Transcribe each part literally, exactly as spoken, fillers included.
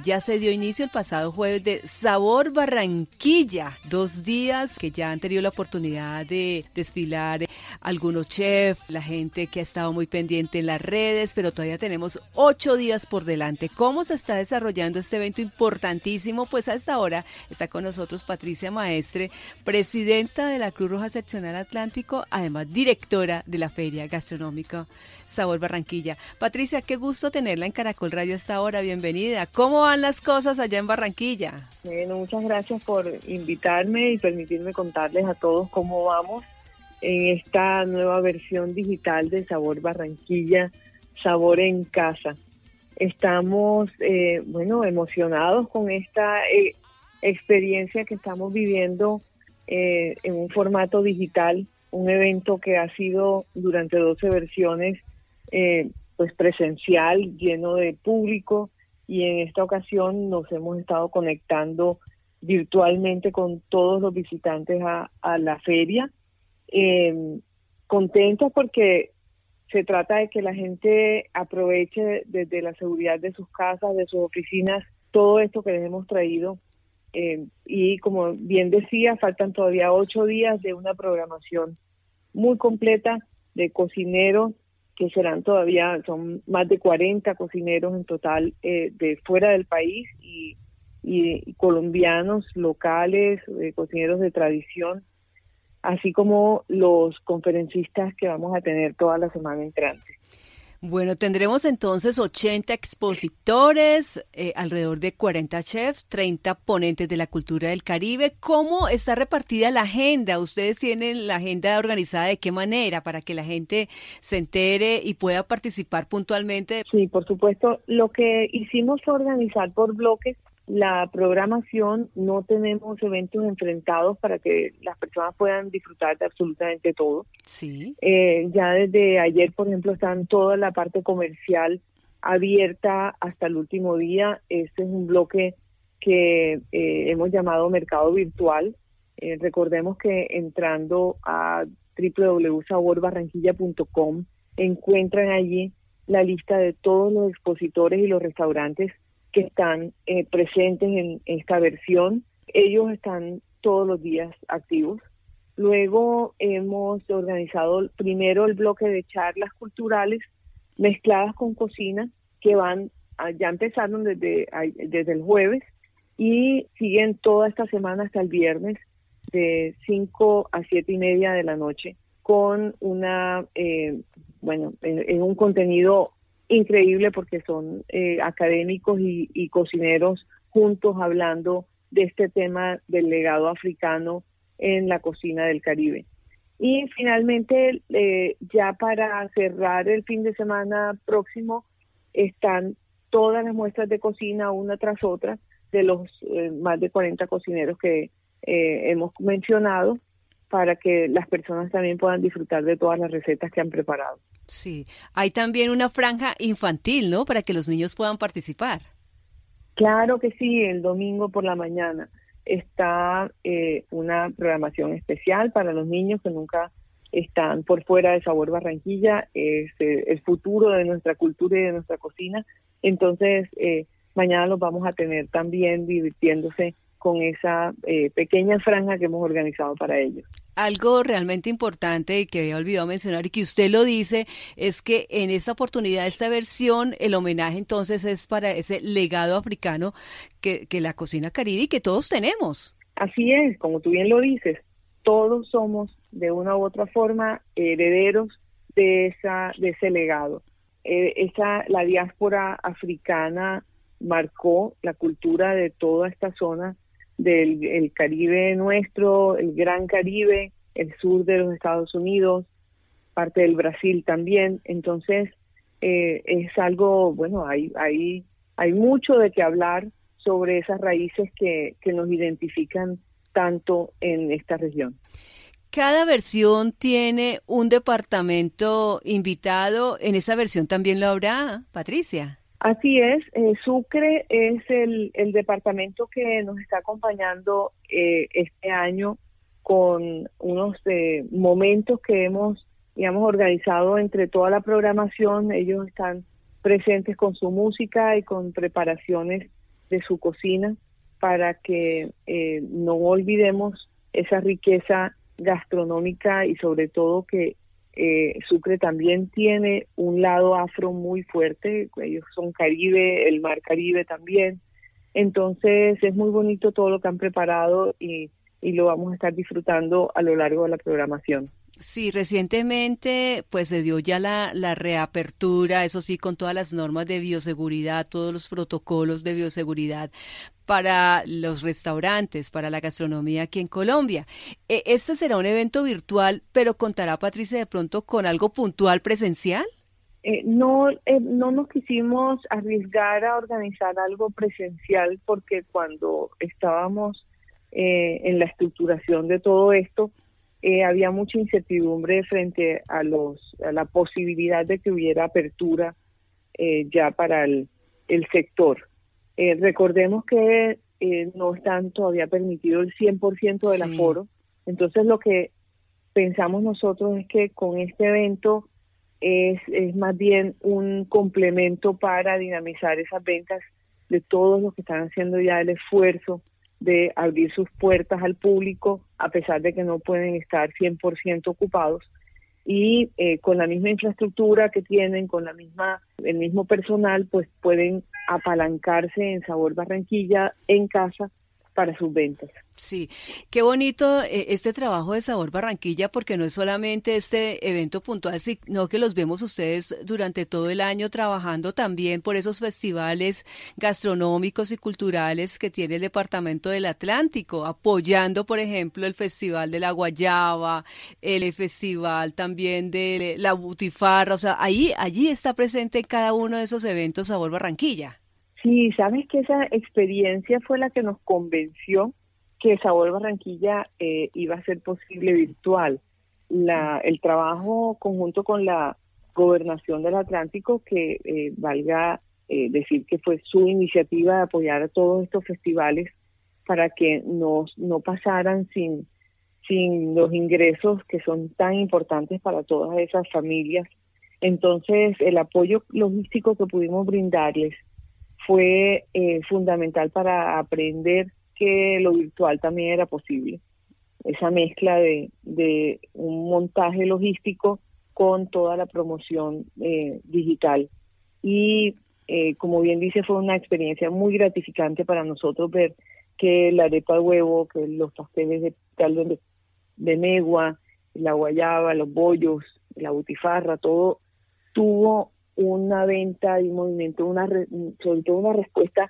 Ya se dio inicio el pasado jueves de Sabor Barranquilla, dos días que ya han tenido la oportunidad de desfilar algunos chefs, la gente que ha estado muy pendiente en las redes, pero todavía tenemos ocho días por delante. ¿Cómo se está desarrollando este evento importantísimo? Pues a esta hora está con nosotros Patricia Maestre, presidenta de la Cruz Roja Seccional Atlántico, además directora de la Feria Gastronómica Sabor Barranquilla. Patricia, qué gusto tenerla en Caracol Radio a esta hora, bienvenida. ¿Cómo van las cosas allá en Barranquilla? Bueno, muchas gracias por invitarme y permitirme contarles a todos cómo vamos en esta nueva versión digital de Sabor Barranquilla, Sabor en Casa. Estamos, eh, bueno, emocionados con esta eh, experiencia que estamos viviendo eh, en un formato digital, un evento que ha sido durante doce versiones eh, pues presencial, lleno de público, y en esta ocasión nos hemos estado conectando virtualmente con todos los visitantes a, a la feria. Eh, contentos porque se trata de que la gente aproveche desde la seguridad de sus casas, de sus oficinas, todo esto que les hemos traído. Eh, y como bien decía, faltan todavía ocho días de una programación muy completa de cocineros, que serán todavía, son más de cuarenta cocineros en total eh, de fuera del país y, y, y colombianos, locales, eh, cocineros de tradición, así como los conferencistas que vamos a tener toda la semana entrante. Bueno, tendremos entonces ochenta expositores, eh, alrededor de cuarenta chefs, treinta ponentes de la cultura del Caribe. ¿Cómo está repartida la agenda? ¿Ustedes tienen la agenda organizada de qué manera para que la gente se entere y pueda participar puntualmente? Sí, por supuesto. Lo que hicimos fue organizar por bloques la programación. No tenemos eventos enfrentados para que las personas puedan disfrutar de absolutamente todo. Sí. Eh, ya desde ayer, por ejemplo, están toda la parte comercial abierta hasta el último día. Este es un bloque que eh, hemos llamado Mercado Virtual. Eh, recordemos que entrando a doble u doble u doble u punto sabor barranquilla punto com encuentran allí la lista de todos los expositores y los restaurantes que están eh, presentes en esta versión. Ellos están todos los días activos. Luego hemos organizado primero el bloque de charlas culturales mezcladas con cocina, que van, a, ya empezaron desde, a, desde el jueves y siguen toda esta semana hasta el viernes de cinco a siete y media de la noche, con una, eh, bueno, en, en un contenido increíble porque son eh, académicos y, y cocineros juntos hablando de este tema del legado africano en la cocina del Caribe. Y finalmente, eh, ya para cerrar el fin de semana próximo, están todas las muestras de cocina una tras otra de los eh, más de cuarenta cocineros que eh, hemos mencionado, para que las personas también puedan disfrutar de todas las recetas que han preparado. Sí, hay también una franja infantil, ¿no? Para que los niños puedan participar. Claro que sí, el domingo por la mañana está eh, una programación especial para los niños que nunca están por fuera de Sabor Barranquilla. Es eh, el futuro de nuestra cultura y de nuestra cocina. Entonces, eh, mañana los vamos a tener también divirtiéndose con esa eh, pequeña franja que hemos organizado para ellos. Algo realmente importante y que había olvidado mencionar y que usted lo dice es que en esta oportunidad, esta versión, el homenaje entonces es para ese legado africano que, que la cocina caribe y que todos tenemos. Así es, como tú bien lo dices, todos somos de una u otra forma herederos de esa de ese legado. Eh, esa, la diáspora africana marcó la cultura de toda esta zona del el Caribe nuestro, el Gran Caribe, el sur de los Estados Unidos, parte del Brasil también. Entonces, eh, es algo, bueno, hay, hay, hay mucho de qué hablar sobre esas raíces que, que nos identifican tanto en esta región. Cada versión tiene un departamento invitado. ¿En esa versión también lo habrá, Patricia? Así es, eh, Sucre es el, el departamento que nos está acompañando eh, este año con unos eh, momentos que hemos, digamos, organizado entre toda la programación. Ellos están presentes con su música y con preparaciones de su cocina para que eh, no olvidemos esa riqueza gastronómica y sobre todo que eh, Sucre también tiene un lado afro muy fuerte. Ellos son Caribe, el mar Caribe también. Entonces es muy bonito todo lo que han preparado y, y lo vamos a estar disfrutando a lo largo de la programación. Sí, recientemente pues se dio ya la, la reapertura, eso sí, con todas las normas de bioseguridad, todos los protocolos de bioseguridad para los restaurantes, para la gastronomía aquí en Colombia. Eh, Este será un evento virtual, pero contará, Patricia, de pronto con algo puntual presencial. Eh, no, eh, no nos quisimos arriesgar a organizar algo presencial porque cuando estábamos eh, en la estructuración de todo esto, eh, había mucha incertidumbre frente a los a la posibilidad de que hubiera apertura eh, ya para el, el sector. Eh, recordemos que eh, no están todavía permitido el cien por ciento del Sí. aforo, entonces lo que pensamos nosotros es que con este evento es, es más bien un complemento para dinamizar esas ventas de todos los que están haciendo ya el esfuerzo de abrir sus puertas al público, a pesar de que no pueden estar cien por ciento ocupados, y eh, con la misma infraestructura que tienen, con la misma el mismo personal, pues pueden apalancarse en Sabor Barranquilla en casa para sus ventas. Sí, qué bonito eh, este trabajo de Sabor Barranquilla, porque no es solamente este evento puntual, sino que los vemos ustedes durante todo el año trabajando también por esos festivales gastronómicos y culturales que tiene el Departamento del Atlántico, apoyando, por ejemplo, el Festival de la Guayaba, el festival también de la Butifarra, o sea, ahí, allí está presente en cada uno de esos eventos Sabor Barranquilla. Sí, sabes que esa experiencia fue la que nos convenció que Sabor Barranquilla eh, iba a ser posible virtual. La, el trabajo conjunto con la Gobernación del Atlántico, que eh, valga eh, decir que fue su iniciativa de apoyar a todos estos festivales para que nos, no pasaran sin, sin los ingresos que son tan importantes para todas esas familias. Entonces, el apoyo logístico que pudimos brindarles fue eh, fundamental para aprender que lo virtual también era posible. Esa mezcla de, de un montaje logístico con toda la promoción eh, digital. Y eh, como bien dice, fue una experiencia muy gratificante para nosotros ver que la arepa de huevo, que los pasteles de caldo de, de megua, la guayaba, los bollos, la butifarra, todo tuvo una venta y un movimiento, una re, sobre todo una respuesta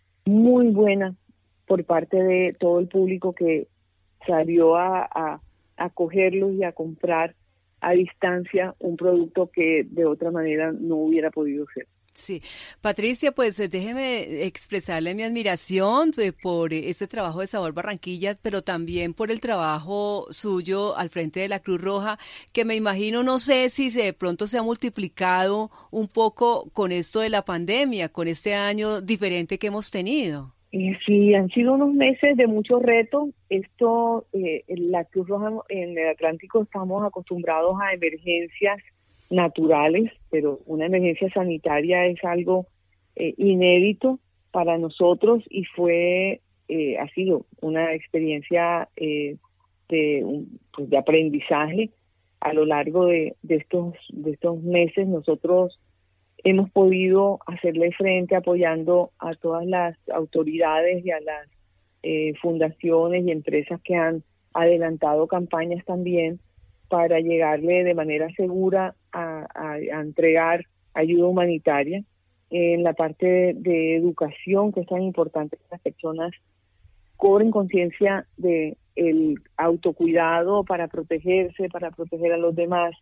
muy buena por parte de todo el público que salió a, a, a cogerlos y a comprar a distancia un producto que de otra manera no hubiera podido ser. Sí, Patricia, pues eh, déjeme expresarle mi admiración eh, por eh, este trabajo de Sabor Barranquilla, pero también por el trabajo suyo al frente de la Cruz Roja, que me imagino, no sé si se, de pronto se ha multiplicado un poco con esto de la pandemia, con este año diferente que hemos tenido. Eh, sí, han sido unos meses de mucho reto. Esto, eh, la Cruz Roja en el Atlántico estamos acostumbrados a emergencias naturales, pero una emergencia sanitaria es algo eh, inédito para nosotros y fue, eh, ha sido una experiencia eh, de, pues de aprendizaje a lo largo de, de estos de estos meses. Nosotros hemos podido hacerle frente apoyando a todas las autoridades y a las eh, fundaciones y empresas que han adelantado campañas también para llegarle de manera segura a, a, a entregar ayuda humanitaria. En la parte de, de educación, que es tan importante que las personas cobren conciencia de el autocuidado para protegerse, para proteger a los demás.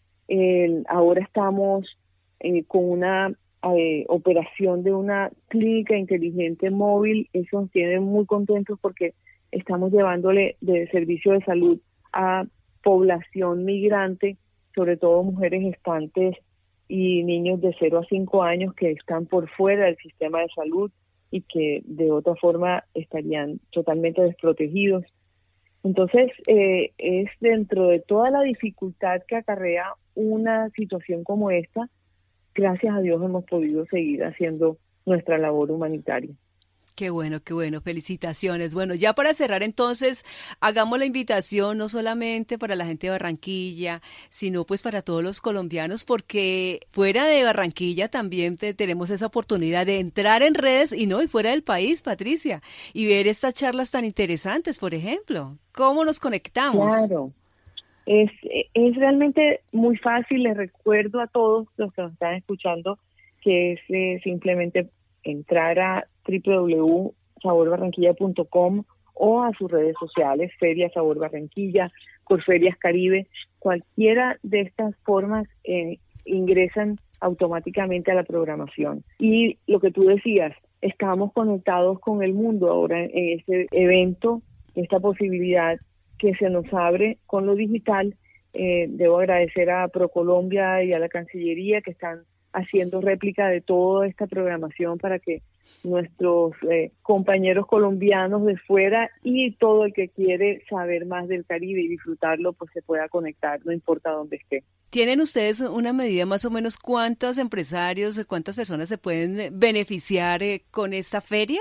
El, ahora estamos eh, con una eh, operación de una clínica inteligente móvil. Eso nos tiene muy contentos porque estamos llevándole de servicio de salud a población migrante, sobre todo mujeres gestantes y niños de cero a cinco años que están por fuera del sistema de salud y que de otra forma estarían totalmente desprotegidos. Entonces, eh, es dentro de toda la dificultad que acarrea una situación como esta, gracias a Dios hemos podido seguir haciendo nuestra labor humanitaria. Qué bueno, qué bueno, felicitaciones. Bueno, ya para cerrar entonces, hagamos la invitación no solamente para la gente de Barranquilla, sino pues para todos los colombianos, porque fuera de Barranquilla también te, tenemos esa oportunidad de entrar en redes y no, y fuera del país, Patricia, y ver estas charlas tan interesantes, por ejemplo. ¿Cómo nos conectamos? Claro, es, es realmente muy fácil. Les recuerdo a todos los que nos están escuchando que es eh, simplemente entrar a doble u doble u doble u punto sabor barranquilla punto com o a sus redes sociales, Feria Sabor Barranquilla, Corferias Caribe. Cualquiera de estas formas eh, ingresan automáticamente a la programación. Y lo que tú decías, estamos conectados con el mundo ahora en este evento, esta posibilidad que se nos abre con lo digital. Eh, debo agradecer a ProColombia y a la Cancillería que están haciendo réplica de toda esta programación para que nuestros eh, compañeros colombianos de fuera y todo el que quiere saber más del Caribe y disfrutarlo, pues se pueda conectar, no importa dónde esté. ¿Tienen ustedes una medida más o menos cuántos empresarios, cuántas personas se pueden beneficiar eh, con esta feria?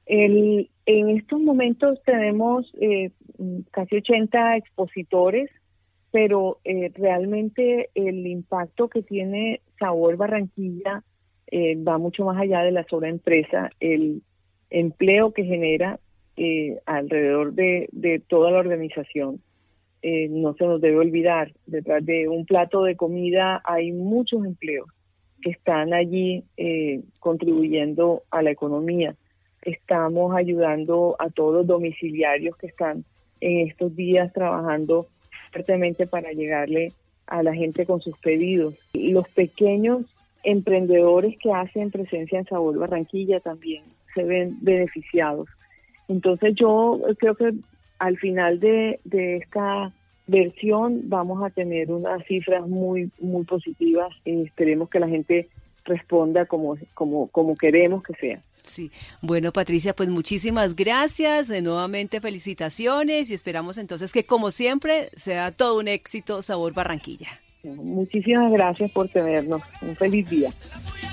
El, en estos momentos tenemos eh, casi ochenta expositores, pero eh, realmente el impacto que tiene Sabor Barranquilla eh, va mucho más allá de la sola empresa. El empleo que genera eh, alrededor de, de toda la organización eh, no se nos debe olvidar. Detrás de un plato de comida hay muchos empleos que están allí eh, contribuyendo a la economía. Estamos ayudando a todos los domiciliarios que están en estos días trabajando fuertemente para llegarle a la gente con sus pedidos. Y los pequeños emprendedores que hacen presencia en Sabor Barranquilla también se ven beneficiados. Entonces yo creo que al final de, de esta versión vamos a tener unas cifras muy muy positivas y esperemos que la gente responda como, como, como queremos que sea. Sí, bueno, Patricia, pues muchísimas gracias, eh, nuevamente felicitaciones y esperamos entonces que como siempre sea todo un éxito Sabor Barranquilla. Muchísimas gracias por tenernos. Un feliz día.